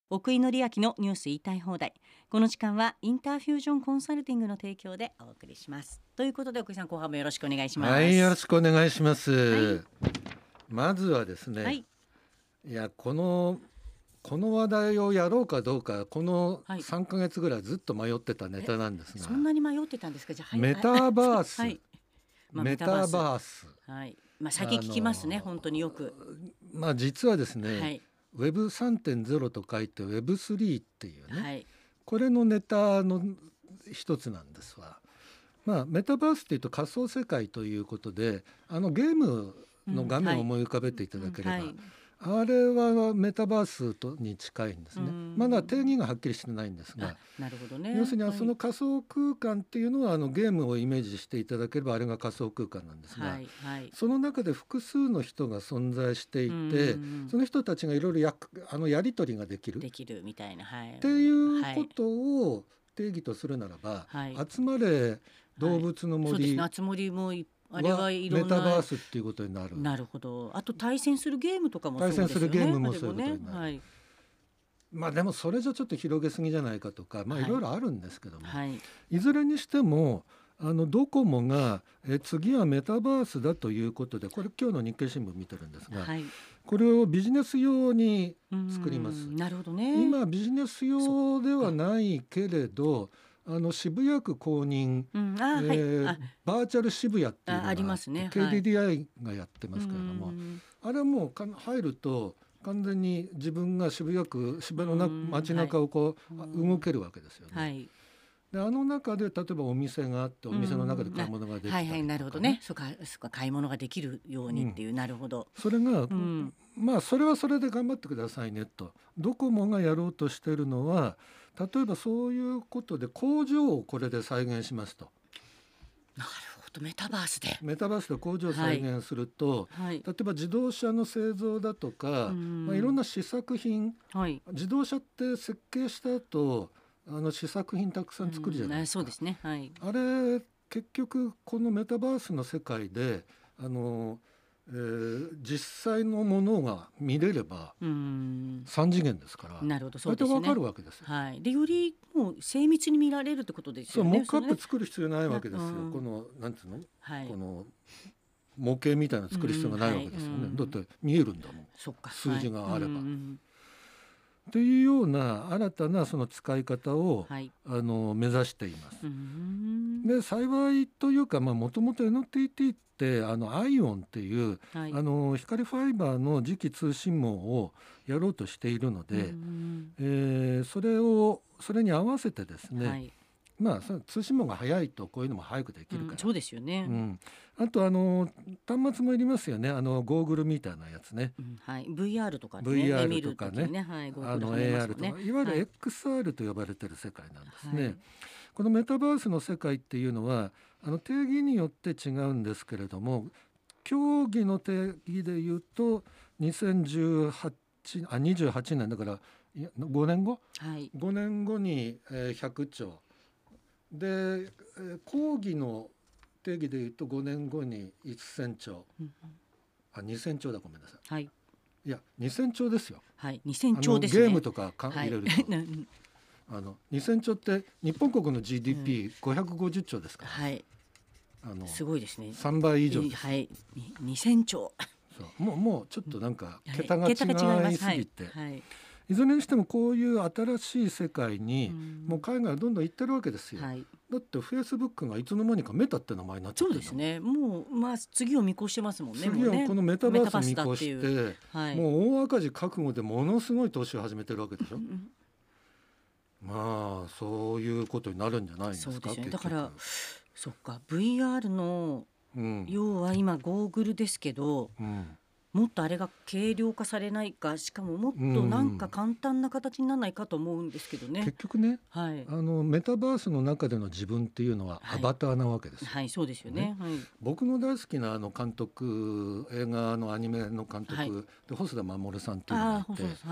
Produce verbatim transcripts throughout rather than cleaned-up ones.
奥井紀明のニュース言いたい放題。この時間はインターフュージョンコンサルティングの提供でお送りします。ということで奥井さん、後半もよろしくお願いします。 はい、よろしくお願いします、 はい、 まずはですね、 はい、 いやこのこの話題をやろうかどうかこのはい、 さんかげつぐらいずっと迷ってたネタなんですが、 そんなに迷ってたんですか。じゃあ、はい、 メタバース、 はい、まあ、 メタバース、 はい、まあ、最近聞きますね、 あの本当によく。 まあ実はですね、 はい、 ウェブさんてんゼロ と書いて ウェブスリー っていうね、 はい、 これのネタの一つなんですわ。まあ、メタバースっていうと仮想世界ということで、あのゲームの画面を思い浮かべていただければ、 うんはいあれはメタバースとに近いんですね。 うんまだ定義がはっきりしてないんですが、 なるほどね。 要するにはいその仮想空間っていうのはあのゲームをイメージしていただければあれが仮想空間なんですが、 はいはい、 その中で複数の人が存在していて、 うんその人たちがいろいろやあのやり取りができるできるみたいな、はい、 っていうはいことを定義とするならば、 はい、 集まれ動物のそうです森ね。つ森もいあれははいろんなメタバースっていうことになる。 なるほど。あと対戦するゲームとかもそうですよね。 対戦するゲームもそういうことになる。 あれもねはいまあでもそれじゃちょっと広げすぎじゃないかとか、まあはいいろいろあるんですけども、 はい、 いずれにしてもあのドコモがえ次はメタバースだということで、これ今日の日経新聞見てるんですが、 はい、 これをビジネス用に作ります。 うんなるほどね。 今ビジネス用ではないけれど、あの渋谷区公認、 うんあ、 えはいーあバーチャル渋谷っていうのがあありますね。はいケーディーディーアイ がやってますけれども、 うんあれはもうか入ると完全に自分が渋谷区渋谷のなうん街中をこう、 はい動けるわけですよね。 はい、 であの中で例えばお店があってお店の中で買い物ができたりとか、 はいはい、なるほどね。そうか、そうか、買い物ができるようにっていう、なるほど。 それが、 うんまあそれはそれで頑張ってくださいねと。ドコモがやろうとしているのは、例えばそういうことで工場をこれで再現しますと。 なるほど、メタバースで。 メタバースで工場を再現すると、 はい例えば自動車の製造だとか、 うんまあ、いろんな試作品、 はい。 自動車って設計した後あの試作品たくさん作るじゃないですか。 そうですね。はい。 あれ結局このメタバースの世界であの、えー実際のものが見れればうんさん次元ですから、 なるほど、そうですね。 大体わかるわけですよ。 はい。でよりもう精密に見られるってことですそうよね。 モックアップそれね作る必要ないわけですよ。 うんこのなんていうの、 はい。 この模型みたいなの作る必要がないわけですよね。 うんはいうんだって見えるんだもん。 そっか。 数字があればはいうんっていうような新たなその使い方を、 はい。 あの目指しています。 うんで幸いというかもともと エヌティーティー ってあの アイオン っていうはい。 あの光ファイバーの磁気通信網をやろうとしているので、 うんえーそれをそれに合わせてですね、 はい。 まあその通信網が早いとこういうのも早くできるから、 うんそうですよね。 うんあとあの端末もいりますよね。あのゴーグルみたいなやつね。 うんはい、ブイアール とかね、 ブイアール見るとかね時にね、はい、ゴーあのグルはめますエーアールもんね。 とかいわゆるはいエックスアール と呼ばれてる世界なんですね。 はいこのメタバースの世界っていうのはあの定義によって違うんですけれども、競技の定義でいうとにせんじゅうはちあにじゅうはちねんだからいやごねんごはいごねんごに、えー、ひゃくちょうで、えー講義の定義でいうとごねんごにせんちょううんあにせんちょうだごめんなさい。 はいいやにせんちょうですよ。 はいにせんあちょうですね。 のゲームとかかはい入れると、 うんあのにせんちょうって日本国の ジーディーピーごひゃくごじゅっちょうですから、 はい、 あのすごいですね。 さんばい以上です。 はいににせんちょう。 そうもうもうちょっとなんかはい桁が違い桁が違いますすぎて、 はいはいいずれにしてもこういう新しい世界にうんもう海外はどんどん行ってるわけですよ。 はい、 だってフェイスブックがいつの間にかメタって名前になっちゃそうってるですね。もうまあ次を見越してますもんね。 次もうねはこのメタバース見メタバ越しースだっていうて、 はい、 もう大赤字覚悟でものすごい投資を始めてるわけでしょ。 うんまあそういうことになるんじゃないんですか。 そうですよね。だ結局からそっか ブイアール のうん要は今ゴーグルですけど、 うんもっとあれが軽量化されないか、しかももっとなんか簡単な形にならないかと思うんですけどね。 結局ね、 はいあのメタバースの中での自分っていうのははいアバターなわけですよ。 はい、そうですよね。はい僕の大好きなあの監督、映画のアニメの監督、 はいで細田守さんっていうのがああ、 いて、 そうです。はい。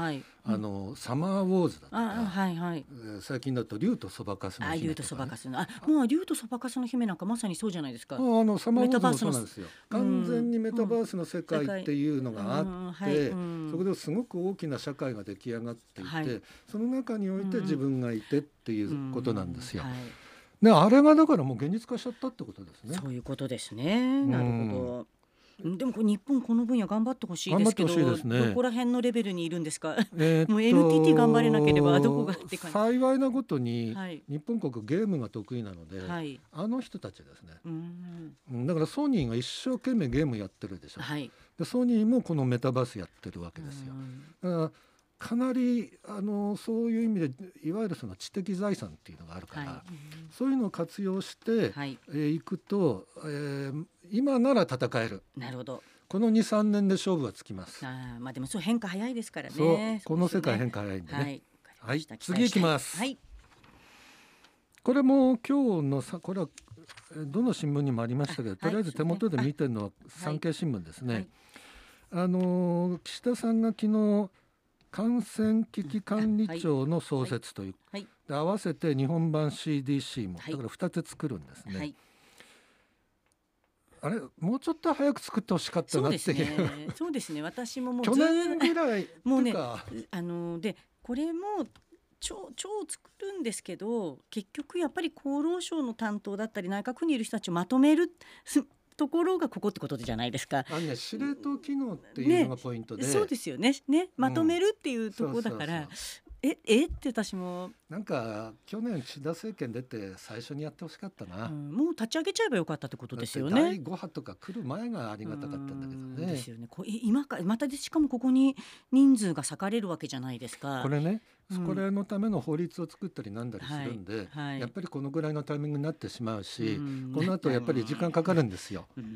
あのサマーウォーズだとか、 ああはいはい。 えー最近だと竜とそばかすのあ、竜姫とかね。 とそばかすの、あ、もう竜とそばかすの姫なんかまさにそうじゃないですか。 ああのサマーウォーズもそうなんですよ。 メタバースの完全にメタバースの世界っていうのがあって、 うんはいうん、 そこですごく大きな社会が出来上がっていて、 はい、 その中において自分がいてっていうことなんですよ。 うんはい、 であれがだからもう現実化しちゃったってことですね。 そういうことですね。なるほど。でもこれ日本この分野頑張ってほしいですけど、 頑張ってほしいですね。 どこら辺のレベルにいるんですか。 えーっともう エヌティーティー 頑張れなければどこがって感じ。 幸いなことに、 はい、 日本国ゲームが得意なので、はい、あの人たちですね。うんだからソニーが一生懸命ゲームやってるでしょ、はい、でソニーもこのメタバースやってるわけですよ。だからかなりあのそういう意味でいわゆるその知的財産っていうのがあるから、はい、そういうのを活用してい、はいえー、くと、えー、今なら戦える。なるほど。この にさんねんで勝負はつきます。 あ、まあ、でもそう変化早いですからね。 そうこの世界変化早いんでね。はい、はい、次いきます。はい、これも今日のさこれはどの新聞にもありましたけど、とりあえず手元で見てるのは産経新聞ですね。はい、あの岸田さんが昨日感染危機管理庁の創設という、はいはい、で合わせて日本版 シーディーシー も、はい、だからふたつ作るんですね。はい、あれもうちょっと早く作ってほしかったなっていう。そうですね。そうですね。私ももう去年ぐらいもうね、あのでこれも庁庁を作るんですけど、結局やっぱり厚労省の担当だったり内閣府にいる人たちをまとめるところがここってことじゃないですか。 あの、ね、司令塔機能っていうのがポイントで、 ね、そうですよね。ね、まとめるっていうところだから、うん、そうそうそうええって私もなんか去年岸田政権出て最初にやってほしかったな、 うん、もう立ち上げちゃえばよかったってことですよね。 だいご波とか来る前がありがたかったんだけどね。 ですよね。こ今かまたでしかもここに人数が割かれるわけじゃないですか。 これね、うん、これのための法律を作ったりなんだりするんで、はいはい、やっぱりこのぐらいのタイミングになってしまうし、うん、この後やっぱり時間かかるんですよ。うんうん、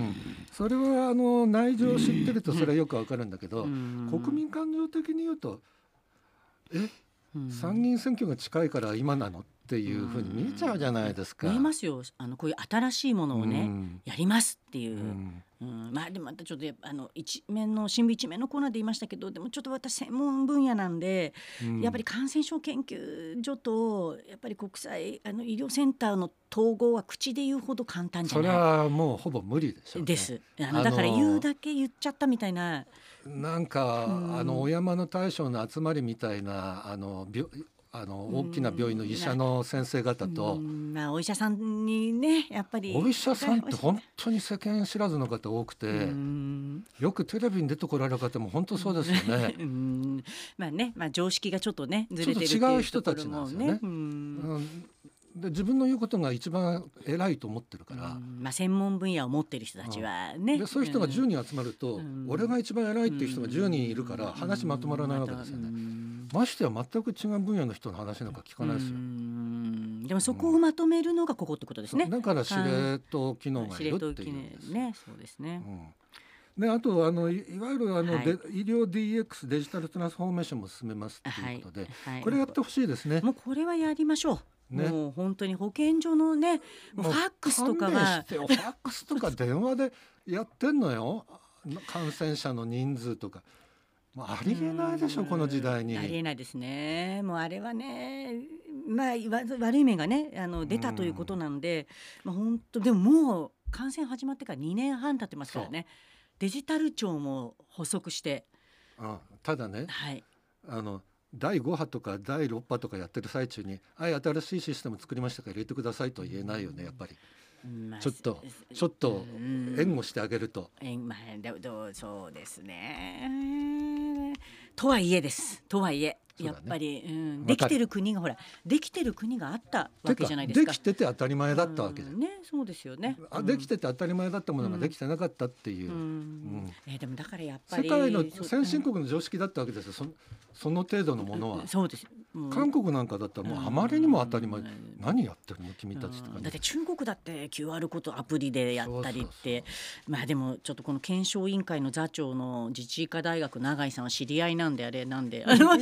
それはあの内情を知ってるとそれはよくわかるんだけど、うん、国民感情的に言うとえ参議院選挙が近いから今なのっていうふうに見えちゃうじゃないですか。 見えますよ。あのこういう新しいものをね、うん、やりますっていう、うんうん、まあでもまたちょっとあの一面の新聞一面のコーナーで言いましたけど、でもちょっと私専門分野なんで、うん、やっぱり感染症研究所とやっぱり国際あの医療センターの統合は口で言うほど簡単じゃない。 それはもうほぼ無理でしょうね。 です。あのだから言うだけ言っちゃったみたいな。 なんか、うん、あのお山の大将の集まりみたいなあの病あの大きな病院の医者の先生方と、 うんまあ、お医者さんにねやっぱりお医者さんって本当に世間知らずの方多くて、うんよくテレビに出てこられる方も本当そうですよね。 うんまあね、まあ、常識がちょっとねずれてるっていうちょっと違う人たちなんですよね。うんうんで自分の言うことが一番偉いと思ってるから、 うんまあ、専門分野を持ってる人たちはね、 うん、でそういう人がじゅうにん集まると、うん、俺が一番偉いっていう人がじゅうにんいるから話まとまらないわけですよね、うん、ましてや全く違う分野の人の話なんか聞かないですよ、うん、 でもそこをまとめるのがここってことですね、 うん、だから司令塔機能がいるっていうんです、 ね、そうですね、 うんであとあの い, いわゆるあの、はい、医療 ディーエックス デジタルトランスフォーメーションも進めますということで、はいはい、これやってほしいですね。 もうこれはやりましょう。ね、もう本当に保健所のねファックスとかはファックスとか電話でやってんのよ感染者の人数とかもうありえないでしょこの時代に。 ありえないですね。もうあれはねまあ悪い面がねあの出たということなんで、まあ、本当でももう感染始まってからにねんはん経ってますからね。デジタル庁も発足してあただね、 はい、あのだいご波とかだいろく波とかやってる最中にあい新しいシステム作りましたから入れてくださいとは言えないよねやっぱり、まあ、ちょっとちょっと援護してあげると、 えまあ、どうそうですねとはいえですとはいえやっぱり、うん、できてる国がほらできてる国があったわけじゃないですか。 できてて当たり前だったわけじゃん、 うん、ねそうですよね、 あできてて当たり前だったものができてなかったっていう、うんうんえー、でもだからやっぱり世界の先進国の常識だったわけですよ そ, その程度のものは、 うん、そうです、 うん、韓国なんかだったらもうあまりにも当たり前、うん、何やってるの君たちとか、ね、 だって中国だって キューアール コードアプリでやったりって、そうそうそうまあでもちょっとこの検証委員会の座長の自治医科大学永井さんは知り合いなんであれなんであのそうそう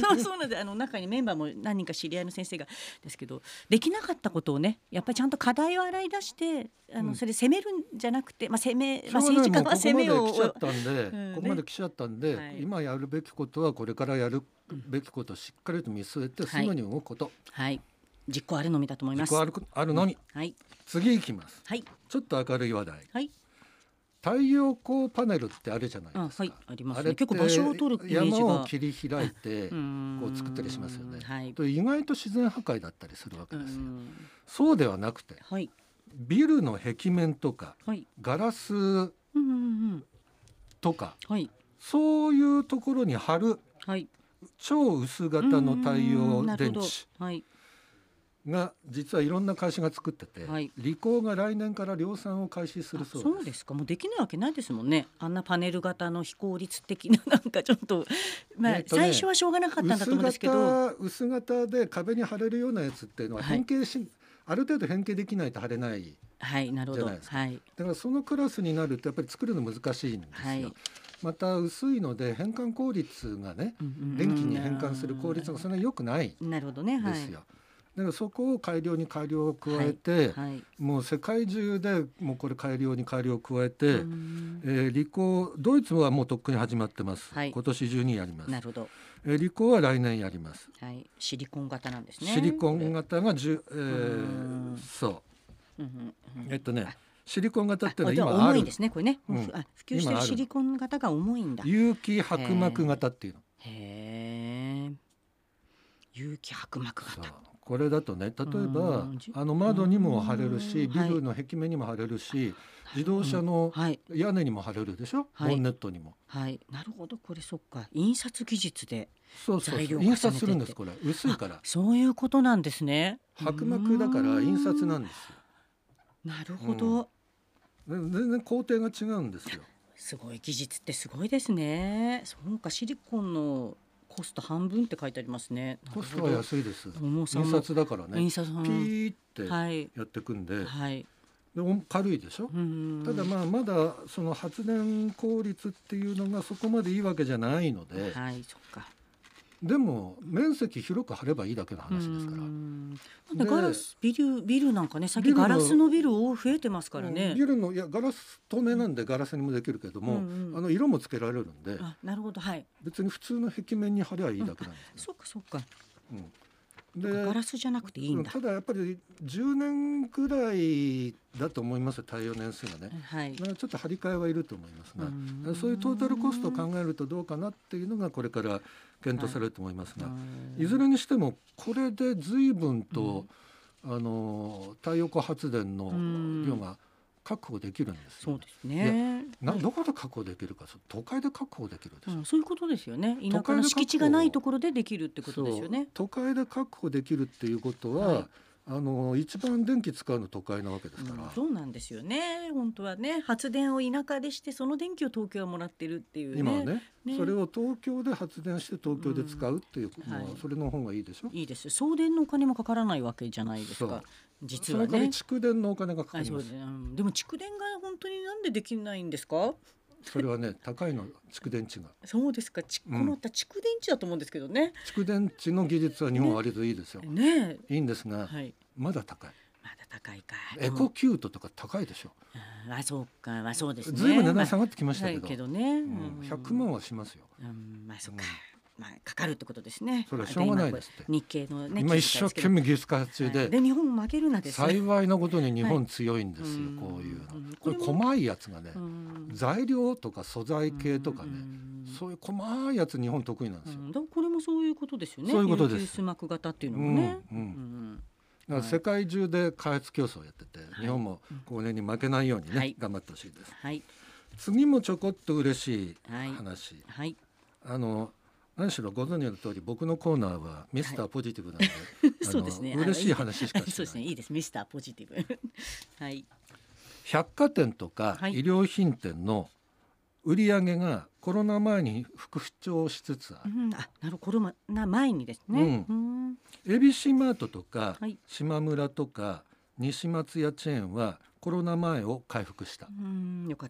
なんであの中にメンバーも何人か知り合いの先生がですけど、できなかったことをねやっぱりちゃんと課題を洗い出してあの、うん、それ責めるんじゃなくて、まあ攻めまあ、政治家は攻めをここまで来ちゃったんで、うんね、ここまで来ちゃったんで、はい、今やるべきことはこれからやるべきことをしっかりと見据えてすぐに動くこと、 はい、はい、実行あるのみだと思います。 実行ある、あるのみ、 うん、はい、 次いきます、 はい、 ちょっと明るい話題、 はい、 太陽光パネルってあるじゃないですか。あ、はい、 ありますね。あれ結構場所を取るイメージが、 山を切り開いてこう作ったりしますよね、はい、と意外と自然破壊だったりするわけですよ。そうではなくて、はい、ビルの壁面とか、はい、ガラスとか、はい、そういうところに貼る、はい、超薄型の太陽電池が実はいろんな会社が作ってて、はい、リコーが来年から量産を開始するそうです。 そうですか。もうできないわけないですもんね。あんなパネル型の非効率的ななんかちょっと、まあえっとね、最初はしょうがなかったんだと思うんですけど、 薄型、薄型で壁に貼れるようなやつっていうのは変形し、はい、ある程度変形できないと貼れないじゃないですか、はい、だからそのクラスになるとやっぱり作るの難しいんですよ、はい、また薄いので変換効率がね、うんうん、電気に変換する効率がそんなに良くないんですよ。 なるほどね、はい、 だからそこを改良に改良を加えて、はいはい、もう世界中でもうこれ改良に改良を加えて、えー、リコードイツはもうとっくに始まってます、はい、今年中にやります。 なるほど。 えー、リコーは来年やります、 はい、シリコン型なんですね。 シリコン型がじゅ、えー、そう、うんうんうん、えっとねシリコン型っていうのは今ある。 重いですねこれね、うん、あ普及してるシリコン型が重いんだ。 有機薄膜型っていうの。 へー、有機薄膜型。 これだとね、例えばあの窓にも貼れるし、ビルの壁面にも貼れるし、はい、自動車の屋根にも貼れるでしょ、はい、ボンネットにも、 はい、なるほど。これそっか、印刷技術でそうそうそう、印刷するんです。これ薄いから。 そういうことなんですね。 薄膜だから印刷なんですよ。 なるほど、 うん、全然工程が違うんですよ。 すごい技術ってすごいですね。そうか、シリコンのコスト半分って書いてありますね。 コストは安いです。印刷だからね、 印刷、 ピーってやっていくんで、はい、で軽いでしょ。ただまあまだその発電効率っていうのがそこまでいいわけじゃないので、はい、そっか。でも面積広く貼ればいいだけの話ですから。 なんでガラスビルビルなんかね、最近ガラスのビル多増えてますからね。 ビルのいやガラス透明なんでガラスにもできるけども、うんうん、あの色もつけられるんで、 あ、なるほど、はい、 別に普通の壁面に貼ればいいだけなんです、ね、 うん、そうかそうか、うん、 でガラスじゃなくていいんだ。 ただやっぱりじゅうねんくらいだと思います、耐用年数がね、はい、だからちょっと張り替えはいると思いますが、そういうトータルコストを考えるとどうかなっていうのがこれから検討されると思いますが、はい、いずれにしてもこれで随分と、うん、あの太陽光発電の量が確保できるんですよ。 そうですね。 などこで確保できるか、都会で確保できるでしょ、うん、 そういうことですよね。田舎の敷地がないところでできるってことですよね。 都会で確保できるっていうことは、はい、あの一番電気使うの都会なわけですから、うん、 そうなんですよね。本当はね、発電を田舎でしてその電気を東京はもらってるっていうね。 今は ね, ねそれを東京で発電して東京で使うっていう、うん、はい、それの方がいいでしょ。 いいです。送電のお金もかからないわけじゃないですか。実はね、 それから蓄電のお金がかかります。 で、うん、でも蓄電が本当になんでできないんですか。 それはね、高いの、蓄電池が。 そうですか。ちこの蓄電池だと思うんですけどね。 蓄電池の技術は日本は割といいですよ。ね、いいんですが、はい、まだ高い。 まだ高いか。 エコキュートとか高いでしょ。 あ、そうか、まあ、そうですね。 ずいぶん値段下がってきましたけど、 まあ、けどね、 うん、ひゃくまんはしますよ。 うん、まあそうか。うん、まあ、かかるってことですね。 それはしょうがないですって。 日系のね、 今一生懸命技術開発中で、はい、 で日本負けるなですね。 幸いなことに日本強いんですよ、はい、こういうの。これ細いやつがね、材料とか素材系とかね、そういう細いやつ日本得意なんですよ。 だこれもそういうことですよね。 そういうことです。 有機薄膜型っていうのもね。 うんうんうん、だから世界中で開発競争をやってて、はい、日本もこれに負けないようにね、はい、頑張ってほしいです。はい、次もちょこっと嬉しい話。はいはい、あの何しろご存知の通り僕のコーナーはミスターポジティブなんで、はい、そうですね、嬉しい話しかしない。 そうですね、いいです。ミスターポジティブはい、 百貨店とか衣料品店の売り上げがコロナ前に復調しつつある、うん、あ、なるほど、コロナ前にですね、うん、エビシマートとか、はい、島村とか西松屋チェーンはコロナ前を回復した。 うん、よかった、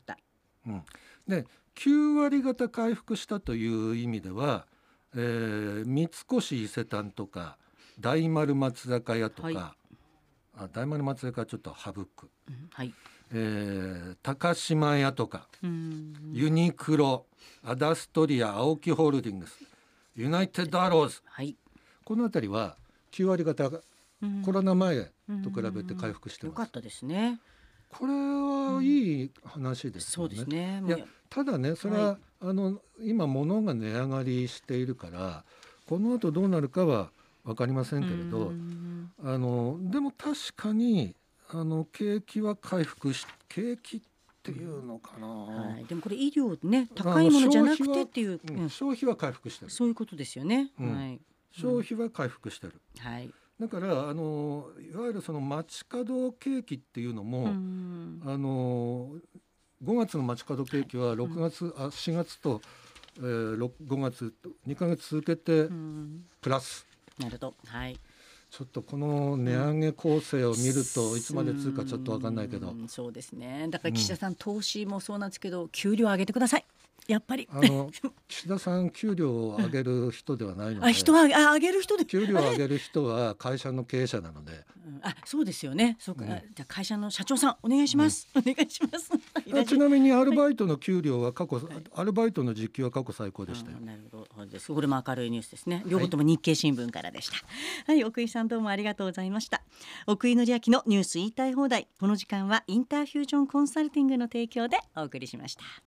うん、できゅうわり方回復したという意味ではえー、三越伊勢丹とか大丸松坂屋とか、はい、あ大丸松坂屋ちょっと省く、 うんはいえー、高島屋とかユニクロ、アダストリア、青木ホールディングス、ユナイテッドアローズ、 はい、 このあたりはきゅう割方がコロナ前と比べて回復してます。 よかったですね。 これはいい話ですよね。 そうですね。 いやただねそれは、はい、あの今物が値上がりしているからこの後どうなるかは分かりませんけれど、あのでも確かにあの景気は回復し景気っていうのかな、 はい、でもこれ医療ね高いものじゃなくてっていう、 うん、消費は回復してる、 そういうことですよね、 うんはい、 消費は回復してる、 はい、 だからあのいわゆるその街角景気っていうのも、うん、あのごがつの街角景気はろくがつ、はい、あしがつと、えー、ごがつとにかげつ続けてプラス、 なるほど、はい、 ちょっとこの値上げ構成を見るといつまで続くかちょっと分かんないけど、 うん、そうですね。だから岸田さん、うん、投資もそうなんですけど給料上げてください。やっぱりあの岸田さん給料を上げる人ではないので、 あ人はあ上げる人で給料を上げる人は会社の経営者なので、 うん、あそうですよね。そうか、うん、じゃあ会社の社長さんお願いします、うん、お願いしますちなみにアルバイトの給料は過去、はい、アルバイトの時給は過去最高でしたよ、 うん、なるほどです。これも明るいニュースですね。両方とも日経新聞からでした。はい、はい、奥井さんどうもありがとうございました。奥井紀明のニュース言いたい放題、この時間はインターフュージョンコンサルティングの提供でお送りしました。